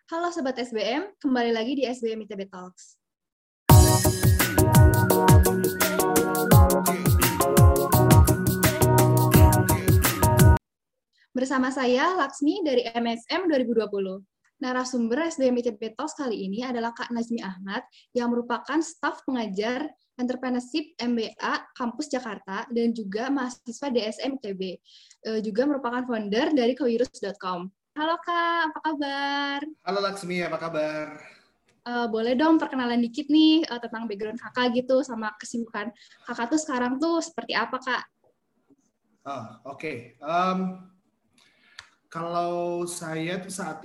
Halo Sobat SBM, kembali lagi di SBM ITB Talks. Bersama saya, Laksmi dari MSM 2020. Narasumber SBM ITB Talks kali ini adalah Kak Nazmi Ahmad, yang merupakan staf pengajar Entrepreneurship MBA Kampus Jakarta dan juga mahasiswa DSM ITB. Juga merupakan founder dari kewirus.com. Halo Kak, apa kabar? Halo Laksmi, apa kabar? Boleh dong perkenalan dikit nih tentang background kakak gitu, sama kesibukan kakak tuh sekarang tuh seperti apa, Kak? Oke. Kalau saya tuh saat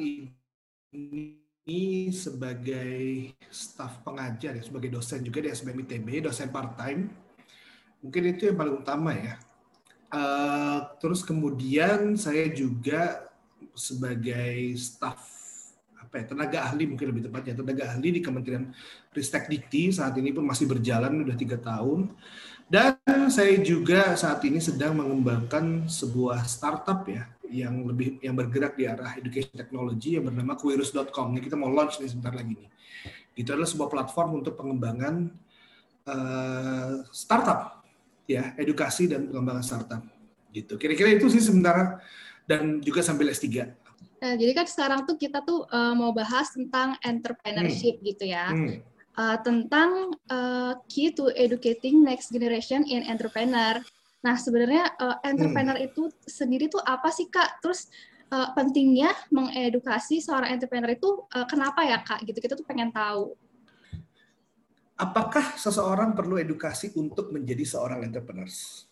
ini sebagai staf pengajar, ya, sebagai dosen juga di SBM ITB, dosen part-time. Mungkin itu yang paling utama ya. Terus kemudian saya juga sebagai staf tenaga ahli, mungkin lebih tepatnya tenaga ahli di Kementerian Ristek Dikti, saat ini pun masih berjalan udah 3 tahun. Dan saya juga saat ini sedang mengembangkan sebuah startup ya yang bergerak di arah education technology yang bernama kewirus.com. Ini kita mau launch nih sebentar lagi nih. Itu adalah sebuah platform untuk pengembangan startup ya, edukasi dan pengembangan startup gitu. Kira-kira itu sih sebentar, dan juga sambil S3. Jadi kan sekarang tuh kita tuh mau bahas tentang entrepreneurship gitu ya. Tentang key to educating next generation in entrepreneur. Nah, sebenarnya entrepreneur itu sendiri tuh apa sih, Kak? Terus pentingnya mengedukasi seorang entrepreneur itu kenapa ya, Kak? Gitu, kita tuh pengen tahu. Apakah seseorang perlu edukasi untuk menjadi seorang entrepreneur?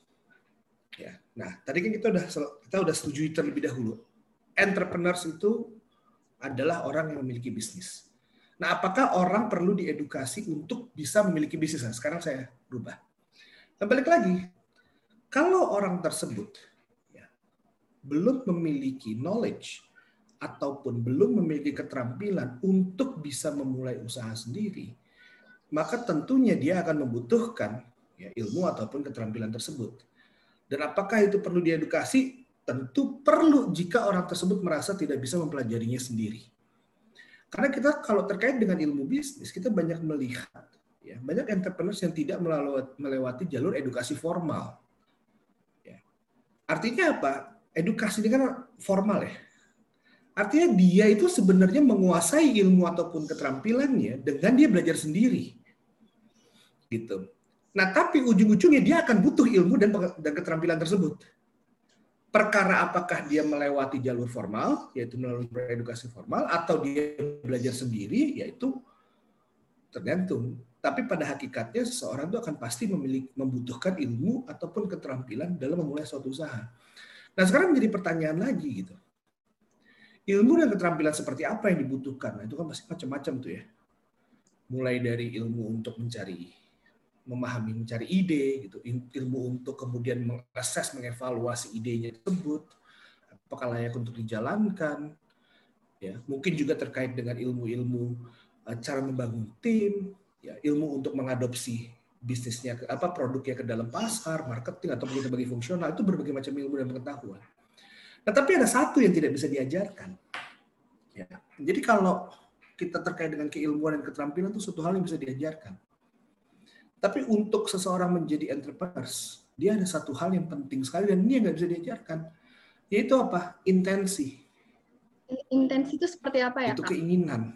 Ya. Nah, tadi kan kita udah setujui terlebih dahulu. Entrepreneurs itu adalah orang yang memiliki bisnis. Nah, apakah orang perlu diedukasi untuk bisa memiliki bisnis? Nah, sekarang saya berubah. Dan balik lagi, kalau orang tersebut ya, belum memiliki knowledge ataupun belum memiliki keterampilan untuk bisa memulai usaha sendiri, maka tentunya dia akan membutuhkan ya, ilmu ataupun keterampilan tersebut. Dan apakah itu perlu diedukasi? Tentu perlu jika orang tersebut merasa tidak bisa mempelajarinya sendiri. Karena kita kalau terkait dengan ilmu bisnis, kita banyak melihat ya, banyak entrepreneurs yang tidak melewati jalur edukasi formal. Ya. Artinya apa? Edukasi ini kan formal ya. Artinya dia itu sebenarnya menguasai ilmu ataupun keterampilannya dengan dia belajar sendiri. Gitu. Nah, tapi ujung-ujungnya dia akan butuh ilmu dan keterampilan tersebut. Perkara apakah dia melewati jalur formal, yaitu melalui edukasi formal, atau dia belajar sendiri, yaitu tergantung. Tapi pada hakikatnya seseorang itu akan pasti membutuhkan ilmu ataupun keterampilan dalam memulai suatu usaha. Nah, sekarang menjadi pertanyaan lagi gitu. Ilmu dan keterampilan seperti apa yang dibutuhkan? Nah, itu kan pasti macam-macam tuh ya. Mulai dari ilmu untuk memahami, mencari ide, gitu, ilmu untuk kemudian mengakses, mengevaluasi idenya tersebut, apakah layak untuk dijalankan, ya, mungkin juga terkait dengan ilmu-ilmu cara membangun tim, ya, ilmu untuk mengadopsi bisnisnya produknya ke dalam pasar, marketing atau berbagai fungsional, itu berbagai macam ilmu dan pengetahuan. Nah, tapi ada satu yang tidak bisa diajarkan. Ya. Jadi kalau kita terkait dengan keilmuan dan keterampilan itu suatu hal yang bisa diajarkan. Tapi untuk seseorang menjadi entrepreneur, dia ada satu hal yang penting sekali dan ini yang nggak bisa diajarkan, yaitu apa? Intensi. Intensi itu seperti apa ya, itu Kak? Keinginan.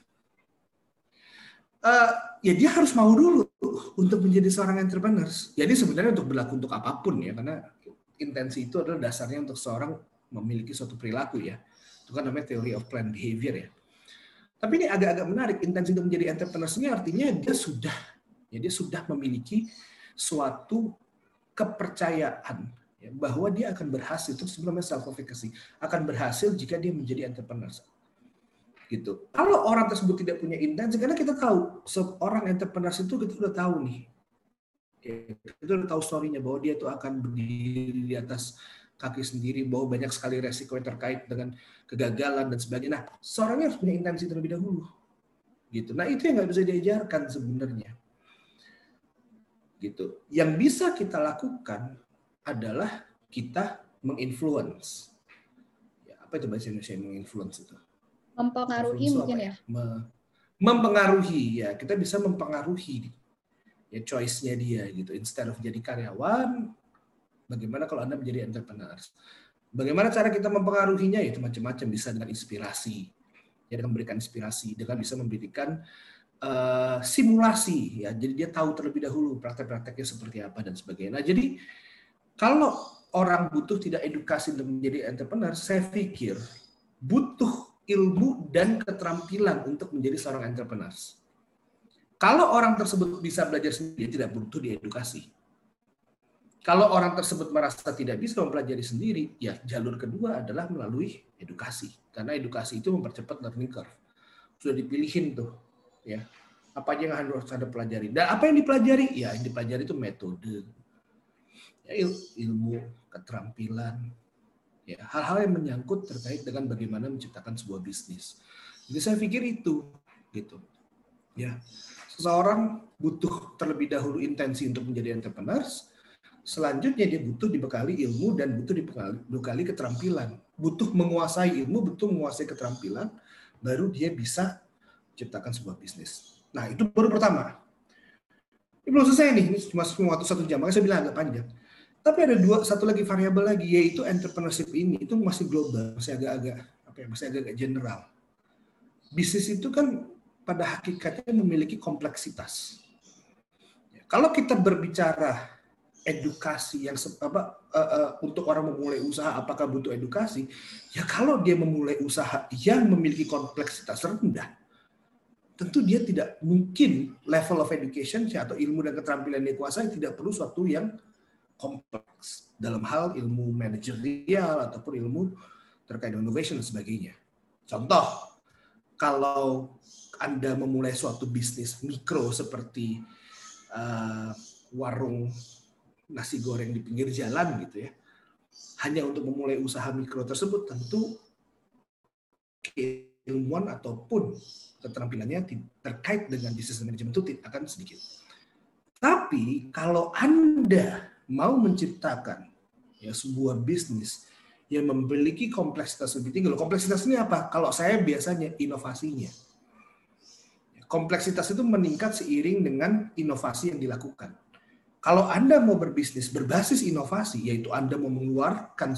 Ya dia harus mau dulu untuk menjadi seorang entrepreneur. Jadi sebenarnya untuk berlaku untuk apapun ya, karena intensi itu adalah dasarnya untuk seorang memiliki suatu perilaku ya. Itu kan namanya theory of planned behavior ya. Tapi ini agak-agak menarik. Intensi untuk menjadi entrepreneur ini artinya dia sudah memiliki suatu kepercayaan ya, bahwa dia akan berhasil. Itu sebelumnya self-efficacy, akan berhasil jika dia menjadi entrepreneur. Gitu. Kalau orang tersebut tidak punya intensi, karena kita tahu seorang entrepreneur itu kita udah tahu nih, kita udah tahu story-nya bahwa dia tuh akan berdiri di atas kaki sendiri, bahwa banyak sekali resiko yang terkait dengan kegagalan dan sebagainya. Nah, seorangnya harus punya intensi terlebih dahulu. Gitu. Nah, itu yang nggak bisa diajarkan sebenarnya. Gitu. Yang bisa kita lakukan adalah kita menginfluence. Ya, apa itu bahasa Indonesia menginfluence itu? Mempengaruhi mungkin ya. Mempengaruhi ya, kita bisa mempengaruhi ya choice-nya dia gitu. Instead of jadi karyawan, bagaimana kalau Anda menjadi entrepreneur? Bagaimana cara kita mempengaruhinya? Itu macam-macam, bisa dengan inspirasi, ya, dengan memberikan inspirasi, dengan bisa memberikan simulasi, ya, jadi dia tahu terlebih dahulu praktek-prakteknya seperti apa dan sebagainya. Nah, jadi kalau orang butuh tidak edukasi untuk menjadi entrepreneur, saya pikir butuh ilmu dan keterampilan untuk menjadi seorang entrepreneur. Kalau orang tersebut bisa belajar sendiri, dia tidak butuh diedukasi. Kalau orang tersebut merasa tidak bisa mempelajari sendiri, ya jalur kedua adalah melalui edukasi. Karena edukasi itu mempercepat learning curve. Sudah dipilihin tuh, ya. Apa aja yang harus Anda pelajari. Dan apa yang dipelajari? Ya, yang dipelajari itu metode, ya, ilmu, keterampilan, ya, hal-hal yang menyangkut terkait dengan bagaimana menciptakan sebuah bisnis. Jadi saya pikir itu, gitu. Ya, seseorang butuh terlebih dahulu intensi untuk menjadi entrepreneur. Selanjutnya dia butuh dibekali ilmu dan butuh dibekali keterampilan. Butuh menguasai ilmu, butuh menguasai keterampilan, baru dia bisa ciptakan sebuah bisnis. Nah, itu baru pertama. Ini belum selesai nih, ini cuma waktu 1 jam, makanya saya bilang agak panjang. Tapi ada satu lagi variabel lagi, yaitu entrepreneurship ini itu masih global, masih agak general. Bisnis itu kan pada hakikatnya memiliki kompleksitas. Kalau kita berbicara edukasi yang untuk orang memulai usaha, apakah butuh edukasi? Ya kalau dia memulai usaha yang memiliki kompleksitas rendah, tentu dia tidak mungkin level of education atau ilmu dan keterampilan yang dikuasai tidak perlu suatu yang kompleks dalam hal ilmu manajerial ataupun ilmu terkait dengan innovation dan sebagainya. Contoh, kalau Anda memulai suatu bisnis mikro seperti warung nasi goreng di pinggir jalan gitu ya, hanya untuk memulai usaha mikro tersebut, tentu keilmuan ataupun keterampilannya terkait dengan bisnis manajemen itu akan sedikit. Tapi kalau Anda mau menciptakan ya sebuah bisnis yang memiliki kompleksitas lebih tinggi, kompleksitas ini apa? Kalau saya biasanya inovasinya. Kompleksitas itu meningkat seiring dengan inovasi yang dilakukan. Kalau Anda mau berbisnis berbasis inovasi, yaitu Anda mau mengeluarkan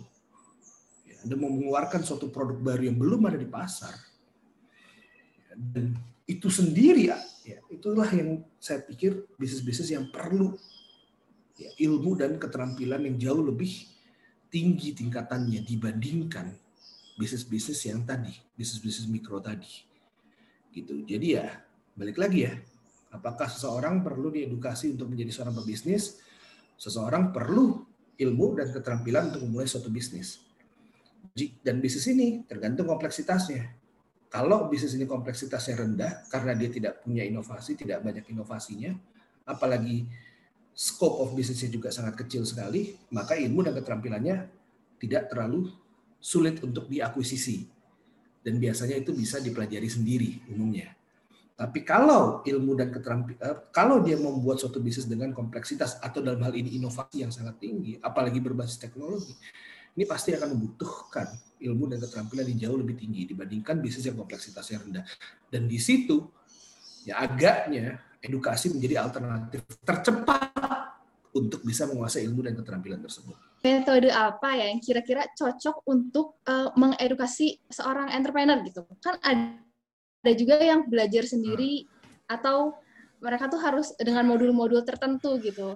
suatu produk baru yang belum ada di pasar, dan itu sendiri, ya, itulah yang saya pikir bisnis-bisnis yang perlu ya, ilmu dan keterampilan yang jauh lebih tinggi tingkatannya dibandingkan bisnis-bisnis yang tadi, bisnis-bisnis mikro tadi. Gitu. Jadi ya, balik lagi ya. Apakah seseorang perlu diedukasi untuk menjadi seorang pebisnis? Seseorang perlu ilmu dan keterampilan untuk memulai suatu bisnis. Dan bisnis ini tergantung kompleksitasnya. Kalau bisnis ini kompleksitasnya rendah, karena dia tidak punya inovasi, tidak banyak inovasinya, apalagi scope of bisnisnya juga sangat kecil sekali, maka ilmu dan keterampilannya tidak terlalu sulit untuk diakuisisi. Dan biasanya itu bisa dipelajari sendiri umumnya. Tapi kalau ilmu dan keterampilan, kalau dia membuat suatu bisnis dengan kompleksitas atau dalam hal ini inovasi yang sangat tinggi, apalagi berbasis teknologi, ini pasti akan membutuhkan ilmu dan keterampilan yang jauh lebih tinggi dibandingkan bisnis yang kompleksitasnya rendah. Dan di situ, ya agaknya edukasi menjadi alternatif tercepat untuk bisa menguasai ilmu dan keterampilan tersebut. Metode apa ya yang kira-kira cocok untuk mengedukasi seorang entrepreneur gitu? Kan ada juga yang belajar sendiri atau mereka tuh harus dengan modul-modul tertentu gitu.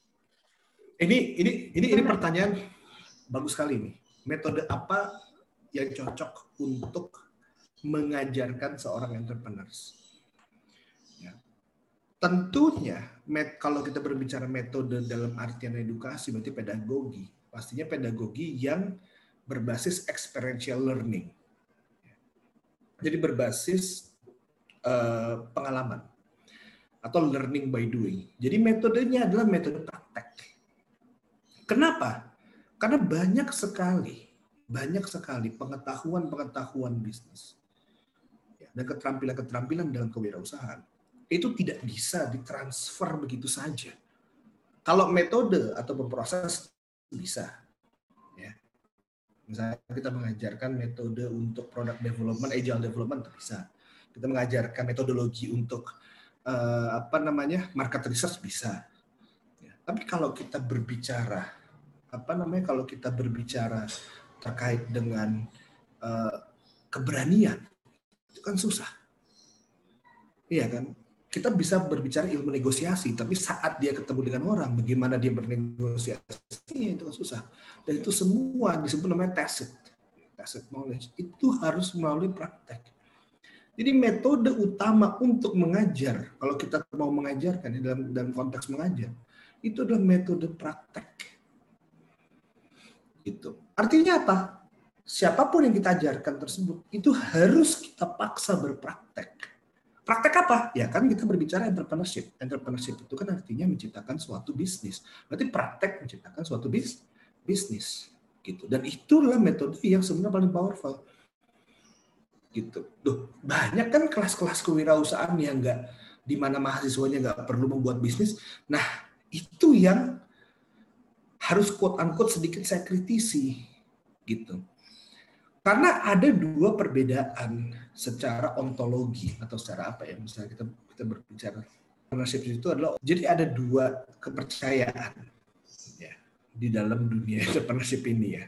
Ini pertanyaan bagus sekali nih. Metode apa yang cocok untuk mengajarkan seorang entrepreneur? Ya. Tentunya kalau kita berbicara metode dalam artian edukasi berarti pedagogi. Pastinya pedagogi yang berbasis experiential learning. Jadi berbasis pengalaman atau learning by doing. Jadi metodenya adalah metode praktek. Kenapa? Karena banyak sekali pengetahuan bisnis dan keterampilan dalam kewirausahaan itu tidak bisa ditransfer begitu saja. Kalau metode atau proses bisa, ya. Misalnya kita mengajarkan metode untuk product development, agile development, bisa. Kita mengajarkan metodologi untuk market research, bisa. Ya. Tapi kalau kita berbicara terkait dengan keberanian, itu kan susah. Iya kan? Kita bisa berbicara ilmu negosiasi, tapi saat dia ketemu dengan orang, bagaimana dia bernegosiasi, itu kan susah. Dan itu semua disebut namanya tacit knowledge. Itu harus melalui praktek. Jadi metode utama untuk mengajar, kalau kita mau mengajarkan dalam konteks mengajar, itu adalah metode praktek. Gitu. Artinya apa? Siapapun yang kita ajarkan tersebut, itu harus kita paksa berpraktek. Praktek apa? Ya kan kita berbicara entrepreneurship. Entrepreneurship itu kan artinya menciptakan suatu bisnis. Berarti praktek menciptakan suatu bisnis. Gitu. Dan itulah metode yang sebenarnya paling powerful. Gitu. Banyak kan kelas-kelas kewirausahaan yang di mana mahasiswanya nggak perlu membuat bisnis. Nah, itu yang harus quote-unquote sedikit saya kritisi. Gitu. Karena ada dua perbedaan secara ontologi atau secara apa ya, misalnya kita berbicara entrepreneurship itu adalah, jadi ada dua kepercayaan ya di dalam dunia entrepreneurship ini ya.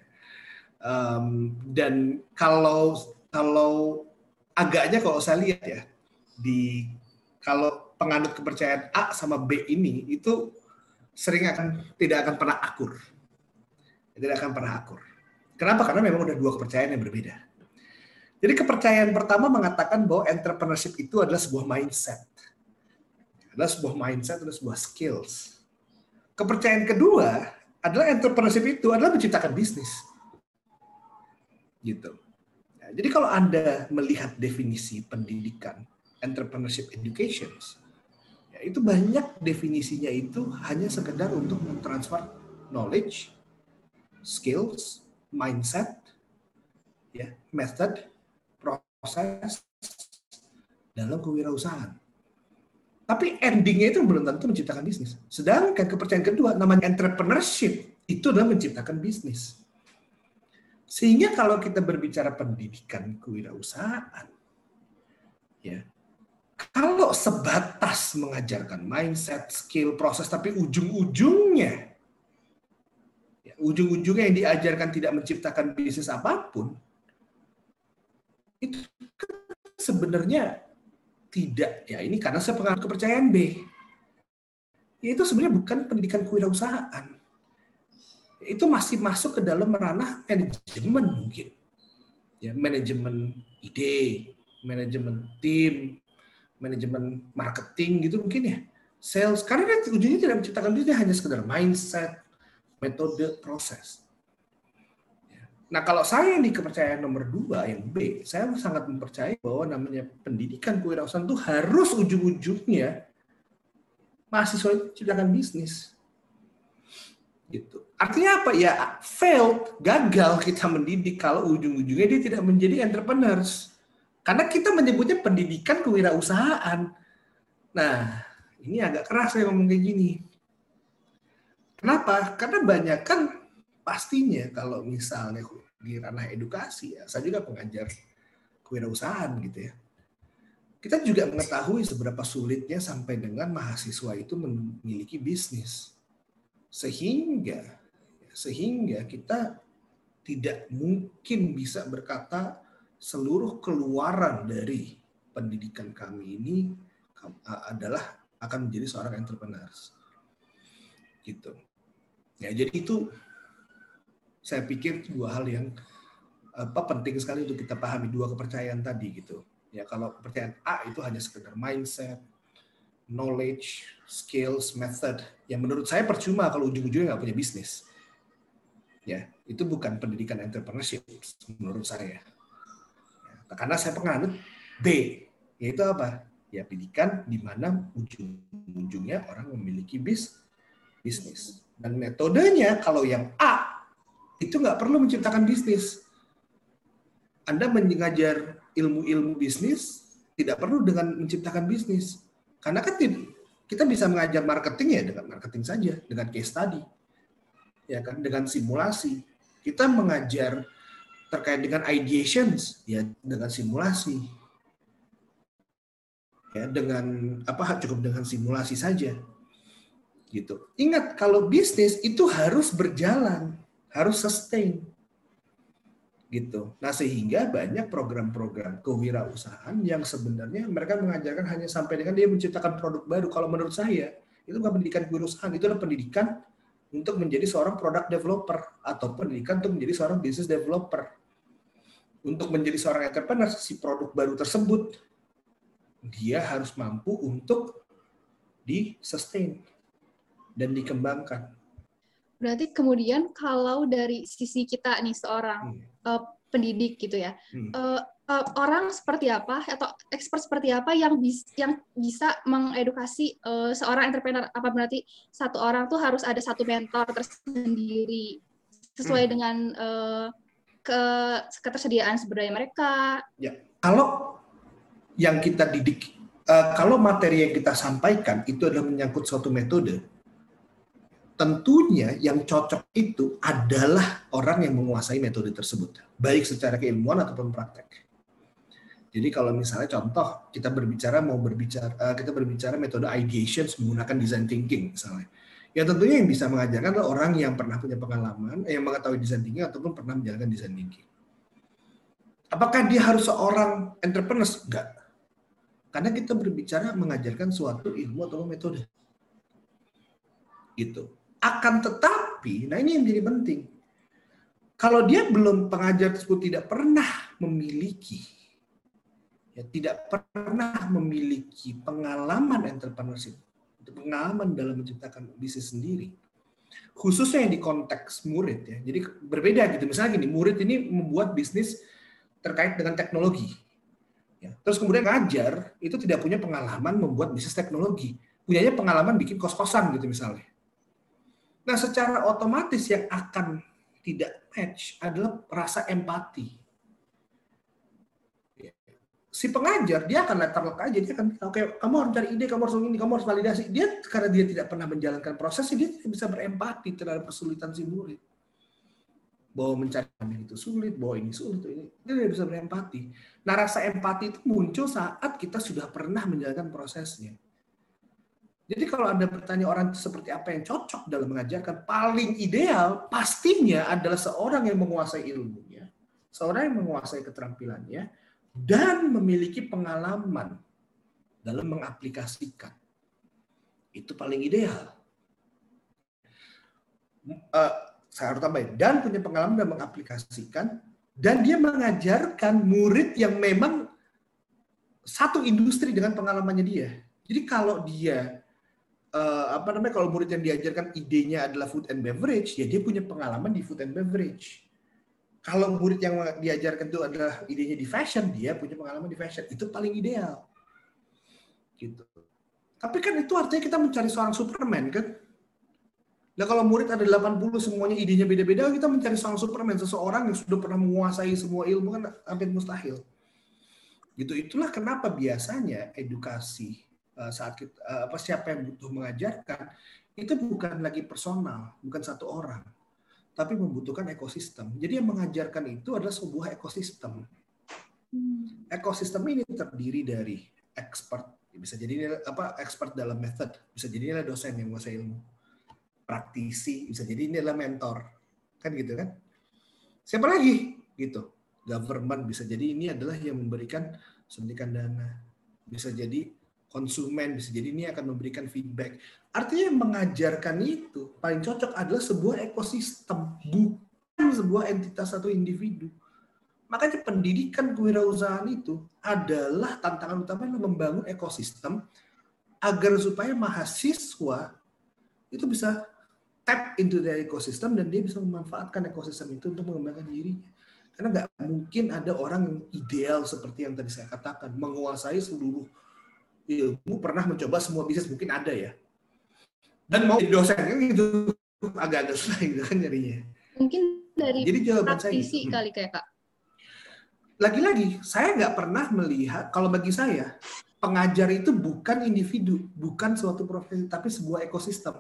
Dan kalau agaknya kalau saya lihat ya, kalau penganut kepercayaan A sama B ini itu tidak akan pernah akur. Tidak akan pernah akur. Kenapa? Karena memang udah dua kepercayaan yang berbeda. Jadi kepercayaan pertama mengatakan bahwa entrepreneurship itu adalah sebuah mindset. Adalah sebuah skills. Kepercayaan kedua adalah entrepreneurship itu adalah menciptakan bisnis. Gitu. Nah, jadi kalau Anda melihat definisi pendidikan entrepreneurship education, ya itu banyak definisinya itu hanya sekedar untuk mentransfer knowledge, skills, mindset, ya, method, proses dalam kewirausahaan. Tapi endingnya itu belum tentu menciptakan bisnis. Sedangkan kepercayaan kedua, namanya entrepreneurship, itu adalah menciptakan bisnis. Sehingga kalau kita berbicara pendidikan kewirausahaan, ya, kalau sebatas mengajarkan mindset, skill, proses, tapi ujung-ujungnya yang diajarkan tidak menciptakan bisnis apapun, itu sebenarnya tidak. Ya ini karena saya penganut kepercayaan B. Ya, itu sebenarnya bukan pendidikan kewirausahaan. Itu masih masuk ke dalam ranah manajemen mungkin. Ya, manajemen ide, manajemen tim, manajemen marketing gitu mungkin ya. Sales, karena ujungnya tidak menciptakan bisnis, hanya sekedar mindset, metode, proses. Nah, kalau saya di kepercayaan nomor 2, yang B, saya sangat mempercayai bahwa namanya pendidikan kewirausahaan itu harus ujung-ujungnya mahasiswa itu menciptakan bisnis. Gitu. Artinya apa? Ya, gagal kita mendidik kalau ujung-ujungnya dia tidak menjadi entrepreneurs. Karena kita menyebutnya pendidikan kewirausahaan. Nah, ini agak keras saya ngomong kayak gini. Kenapa? Karena banyak kan pastinya kalau misalnya di ranah edukasi, ya, saya juga pengajar kewirausahaan gitu ya. Kita juga mengetahui seberapa sulitnya sampai dengan mahasiswa itu memiliki bisnis. Sehingga kita tidak mungkin bisa berkata seluruh keluaran dari pendidikan kami ini adalah akan menjadi seorang entrepreneur. Gitu. Ya, jadi itu saya pikir dua hal yang penting sekali untuk kita pahami, dua kepercayaan tadi gitu. Ya, kalau kepercayaan A itu hanya sekedar mindset, knowledge, skills, method, yang menurut saya percuma kalau ujung-ujungnya nggak punya bisnis. Ya, itu bukan pendidikan entrepreneurship menurut saya. Ya, karena saya penganut B, yaitu apa? Ya, pendidikan di mana ujung-ujungnya orang memiliki bisnis. Dan metodenya kalau yang A itu nggak perlu menciptakan bisnis. Anda mengajar ilmu-ilmu bisnis tidak perlu dengan menciptakan bisnis. Karena kan kita bisa mengajar marketing ya dengan marketing saja, dengan case study. Ya kan, dengan simulasi. Kita mengajar terkait dengan ideations, ya dengan simulasi. Ya, dengan cukup dengan simulasi saja. Gitu. Ingat, kalau bisnis itu harus berjalan, harus sustain. Gitu. Nah, sehingga banyak program-program kewirausahaan yang sebenarnya mereka mengajarkan hanya sampai dengan dia menciptakan produk baru. Kalau menurut saya, itu bukan pendidikan kewirausahaan, itu adalah pendidikan untuk menjadi seorang product developer atau pendidikan untuk menjadi seorang business developer. Untuk menjadi seorang entrepreneur, si produk baru tersebut dia harus mampu untuk di-sustain dan dikembangkan. Berarti kemudian kalau dari sisi kita nih seorang pendidik gitu ya, orang seperti apa atau expert seperti apa yang bisa mengedukasi seorang entrepreneur? Apa berarti satu orang tuh harus ada satu mentor tersendiri sesuai dengan ketersediaan sumber daya mereka? Ya, kalau yang kita didik, kalau materi yang kita sampaikan itu adalah menyangkut suatu metode, tentunya yang cocok itu adalah orang yang menguasai metode tersebut, baik secara keilmuan ataupun praktek. Jadi kalau misalnya contoh kita berbicara metode ideation menggunakan design thinking misalnya, ya tentunya yang bisa mengajarkan adalah orang yang pernah punya pengalaman, yang mengetahui design thinking ataupun pernah menjalankan design thinking. Apakah dia harus seorang entrepreneur? Enggak. Karena kita berbicara mengajarkan suatu ilmu atau metode. Gitu. Akan tetapi, nah ini yang jadi penting. Kalau dia belum, pengajar tersebut tidak pernah memiliki pengalaman entrepreneurship, pengalaman dalam menciptakan bisnis sendiri, khususnya yang di konteks murid ya. Jadi berbeda gitu. Misalnya gini, murid ini membuat bisnis terkait dengan teknologi. Ya. Terus kemudian ngajar itu tidak punya pengalaman membuat bisnis teknologi, punyanya pengalaman bikin kos-kosan gitu misalnya. Nah, secara otomatis yang akan tidak match adalah rasa empati. Si pengajar, dia akan letterlock aja, dia akan bilang, oke, kamu harus cari ide, kamu harus ini, kamu harus validasi. Dia, karena dia tidak pernah menjalankan prosesnya, dia tidak bisa berempati terhadap kesulitan si murid. Bahwa mencari itu sulit, bahwa ini sulit, ini dia tidak bisa berempati. Nah, rasa empati itu muncul saat kita sudah pernah menjalankan prosesnya. Jadi kalau Anda bertanya orang seperti apa yang cocok dalam mengajarkan, paling ideal pastinya adalah seorang yang menguasai ilmunya, seorang yang menguasai keterampilannya, dan memiliki pengalaman dalam mengaplikasikan. Itu paling ideal. Saya harus tambahin, dan punya pengalaman dalam mengaplikasikan, dan dia mengajarkan murid yang memang satu industri dengan pengalamannya dia. Jadi kalau dia kalau murid yang diajarkan idenya adalah food and beverage, ya dia punya pengalaman di food and beverage. Kalau murid yang diajarkan itu adalah idenya di fashion, dia punya pengalaman di fashion. Itu paling ideal. Gitu. Tapi kan itu artinya kita mencari seorang Superman kan? Nah kalau murid ada 80 semuanya idenya beda-beda, kita mencari seorang Superman, seseorang yang sudah pernah menguasai semua ilmu kan hampir mustahil. Gitu. Itulah kenapa biasanya edukasi saat kita, siapa yang butuh mengajarkan itu bukan lagi personal, bukan satu orang, tapi membutuhkan ekosistem. Jadi yang mengajarkan itu adalah sebuah ekosistem. Ekosistem ini terdiri dari expert, bisa jadi expert dalam method, bisa jadi adalah dosen yang menguasai ilmu, praktisi, bisa jadi ini adalah mentor, kan gitu kan? Siapa lagi? Gitu. Government bisa jadi ini adalah yang memberikan suntikan dana, bisa jadi konsumen, bisa jadi ini akan memberikan feedback. Artinya yang mengajarkan itu paling cocok adalah sebuah ekosistem, bukan sebuah entitas atau individu. Makanya pendidikan kewirausahaan itu adalah tantangan utamanya membangun ekosistem agar supaya mahasiswa itu bisa tap into the ekosistem dan dia bisa memanfaatkan ekosistem itu untuk mengembangkan dirinya. Karena nggak mungkin ada orang yang ideal seperti yang tadi saya katakan, menguasai seluruh ilmu, pernah mencoba semua bisnis, mungkin ada ya. Dan mau jadi dosen kan gitu, agak-agak susah gitu kan nyarinya. Mungkin dari jadi jawaban praktisi saya gitu. Kali kayak Kak. Lagi-lagi, saya nggak pernah melihat, kalau bagi saya, pengajar itu bukan individu, bukan suatu profesi, tapi sebuah ekosistem.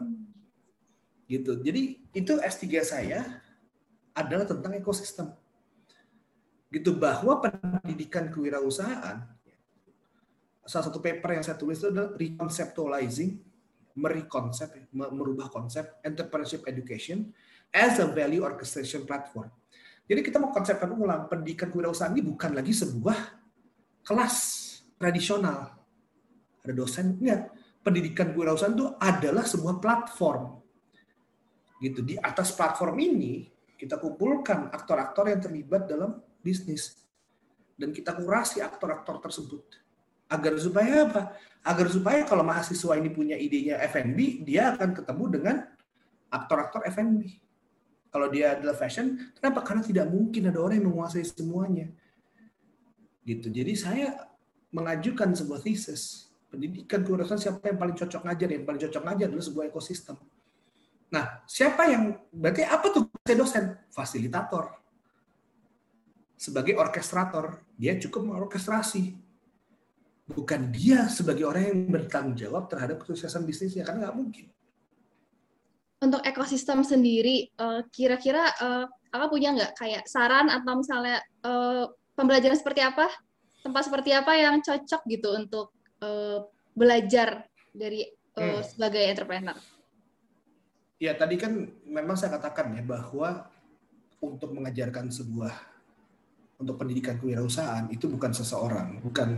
Gitu. Jadi itu S3 saya adalah tentang ekosistem. Gitu, bahwa pendidikan kewirausahaan, salah satu paper yang saya tulis itu adalah reconceptualizing, merubah konsep entrepreneurship education as a value orchestration platform. Jadi kita mau konsepkan ulang, pendidikan kewirausahaan ini bukan lagi sebuah kelas tradisional. Ada dosennya. Pendidikan kewirausahaan itu adalah sebuah platform. Gitu. Di atas platform ini kita kumpulkan aktor-aktor yang terlibat dalam bisnis dan kita kurasi aktor-aktor tersebut. Agar supaya apa? Agar supaya kalau mahasiswa ini punya idenya F&B, dia akan ketemu dengan aktor-aktor F&B. Kalau dia adalah fashion, kenapa? Karena tidak mungkin ada orang yang menguasai semuanya. Gitu. Jadi saya mengajukan sebuah thesis. Pendidikan kewirausahaan siapa yang paling cocok ngajar? Yang paling cocok ngajar adalah sebuah ekosistem. Nah, siapa yang, berarti apa tuh dosen? Fasilitator. Sebagai orkestrator, dia cukup mengorkestrasi. Bukan dia sebagai orang yang bertanggung jawab terhadap kesuksesan bisnisnya, karena nggak mungkin. Untuk ekosistem sendiri, kira-kira Kakak punya nggak kayak saran atau misalnya pembelajaran seperti apa, tempat seperti apa yang cocok gitu untuk belajar dari sebagai entrepreneur? Ya, tadi kan memang saya katakan ya bahwa untuk mengajarkan untuk pendidikan kewirausahaan itu bukan seseorang,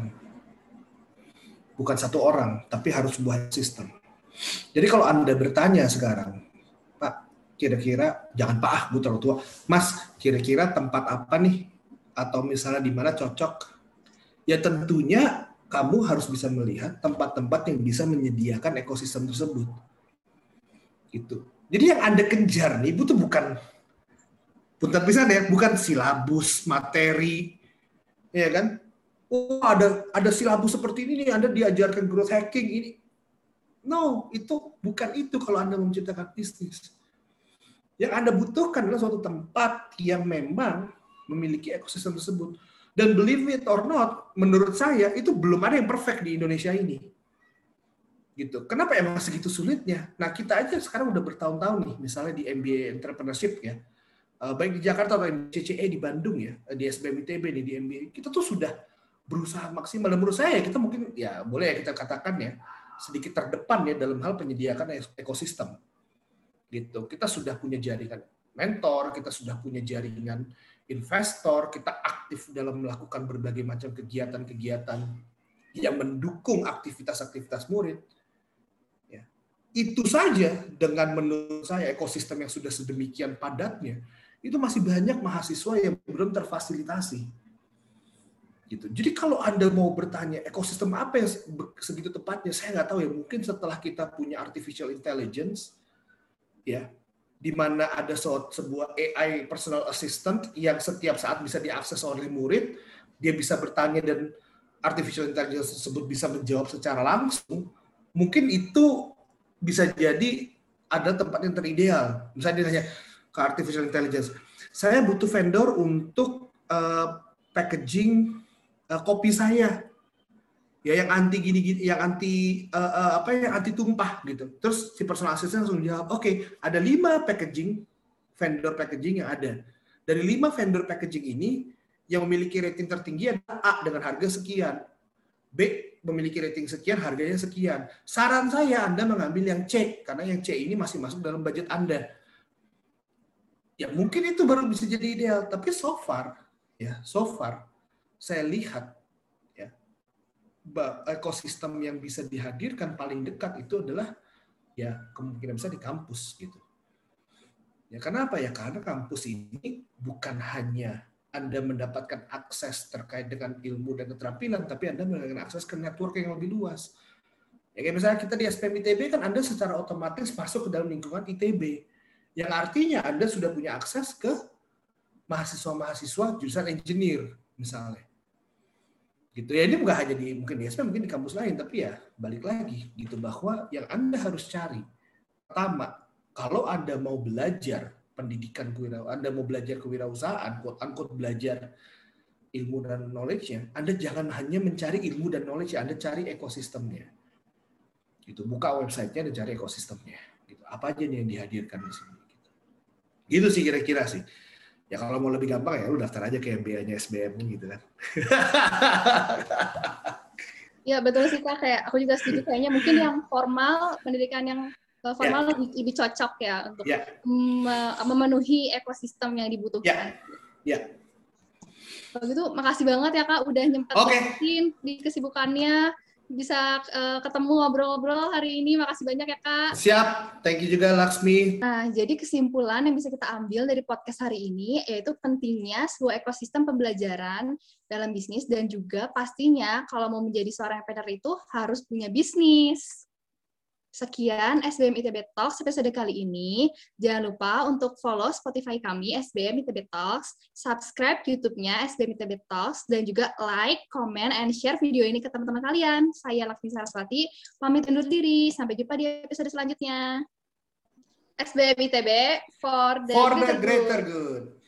bukan satu orang, tapi harus sebuah sistem. Jadi kalau Anda bertanya sekarang, Pak, kira-kira, jangan Pak, gue terlalu tua, Mas, kira-kira tempat apa nih, atau misalnya di mana cocok, ya tentunya kamu harus bisa melihat tempat-tempat yang bisa menyediakan ekosistem tersebut. Gitu. Jadi yang Anda kejar nih, itu bukan silabus, materi, ya kan? Oh, ada silabus seperti ini nih, Anda diajarkan growth hacking ini. No, itu bukan itu kalau Anda menciptakan bisnis. Yang Anda butuhkan adalah suatu tempat yang memang memiliki ekosistem tersebut. Dan believe it or not, menurut saya itu belum ada yang perfect di Indonesia ini. Gitu. Kenapa emang segitu sulitnya? Nah, kita aja sekarang udah bertahun-tahun nih, misalnya di MBA Entrepreneurship ya, baik di Jakarta atau di CCE di Bandung ya, di SBM ITB nih, di MBA, kita tuh sudah berusaha maksimal. Dan menurut saya kita mungkin, ya boleh ya kita katakan ya, sedikit terdepan ya dalam hal penyediakan ekosistem. Gitu. Kita sudah punya jaringan mentor, kita sudah punya jaringan investor, kita aktif dalam melakukan berbagai macam kegiatan-kegiatan yang mendukung aktivitas-aktivitas murid. Ya. Itu saja dengan menurut saya ekosistem yang sudah sedemikian padatnya, itu masih banyak mahasiswa yang belum terfasilitasi. Gitu. Jadi kalau Anda mau bertanya ekosistem apa yang segitu tepatnya, saya nggak tahu ya. Mungkin setelah kita punya artificial intelligence, ya, di mana ada sebuah AI personal assistant yang setiap saat bisa diakses oleh murid, dia bisa bertanya dan artificial intelligence tersebut bisa menjawab secara langsung. Mungkin itu bisa jadi ada tempat yang terideal. Misalnya dia nanya ke artificial intelligence, saya butuh vendor untuk packaging kopi saya, ya yang anti gini-gini, yang anti yang anti tumpah gitu. Terus si personal assistant langsung jawab, oke, ada 5 vendor packaging yang ada. Dari 5 vendor packaging ini, yang memiliki rating tertinggi adalah A dengan harga sekian, B memiliki rating sekian, harganya sekian. Saran saya Anda mengambil yang C, karena yang C ini masih masuk dalam budget Anda. Ya mungkin itu baru bisa jadi ideal, tapi so far saya lihat ya ekosistem yang bisa dihadirkan paling dekat itu adalah ya kemungkinan besar di kampus gitu. Ya kenapa ya? Karena kampus ini bukan hanya Anda mendapatkan akses terkait dengan ilmu dan keterampilan, tapi Anda mendapatkan akses ke network yang lebih luas. Ya kayak misalnya kita di SPM ITB kan Anda secara otomatis masuk ke dalam lingkungan ITB. Yang artinya Anda sudah punya akses ke mahasiswa-mahasiswa jurusan engineer misalnya. Gitu ya, ini bukan hanya mungkin di SPM, mungkin di kampus lain, tapi ya balik lagi gitu bahwa yang Anda harus cari pertama, kalau Anda mau belajar pendidikan kewirausahaan, Anda mau belajar kewirausahaan, quote-unquote belajar ilmu dan knowledge-nya, Anda jangan hanya mencari ilmu dan knowledge, Anda cari ekosistemnya. Gitu, buka website-nya dan cari ekosistemnya. Gitu. Apa aja nih yang dihadirkan di sini? Gitu sih kira-kira sih. Ya kalau mau lebih gampang ya lu daftar aja ke MBA-nya SBM gitu kan. Ya betul sih Kak, kayak aku juga setuju kayaknya mungkin yang formal, pendidikan yang formal lebih cocok ya untuk memenuhi ekosistem yang dibutuhkan. Kalau gitu makasih banget ya Kak udah nyempetin di kesibukannya bisa ketemu ngobrol-ngobrol hari ini. Makasih banyak ya Kak. Siap, thank you juga Laksmi. Nah, jadi kesimpulan yang bisa kita ambil dari podcast hari ini yaitu pentingnya sebuah ekosistem pembelajaran dalam bisnis dan juga pastinya kalau mau menjadi seorang entrepreneur itu harus punya bisnis. Sekian SBM ITB Talks episode kali ini. Jangan lupa untuk follow Spotify kami SBM ITB Talks, subscribe YouTube-nya SBM ITB Talks, dan juga like, comment, and share video ini ke teman-teman kalian. Saya Laksmi Saraswati, pamit undur diri. Sampai jumpa di episode selanjutnya. SBM ITB for the greater good.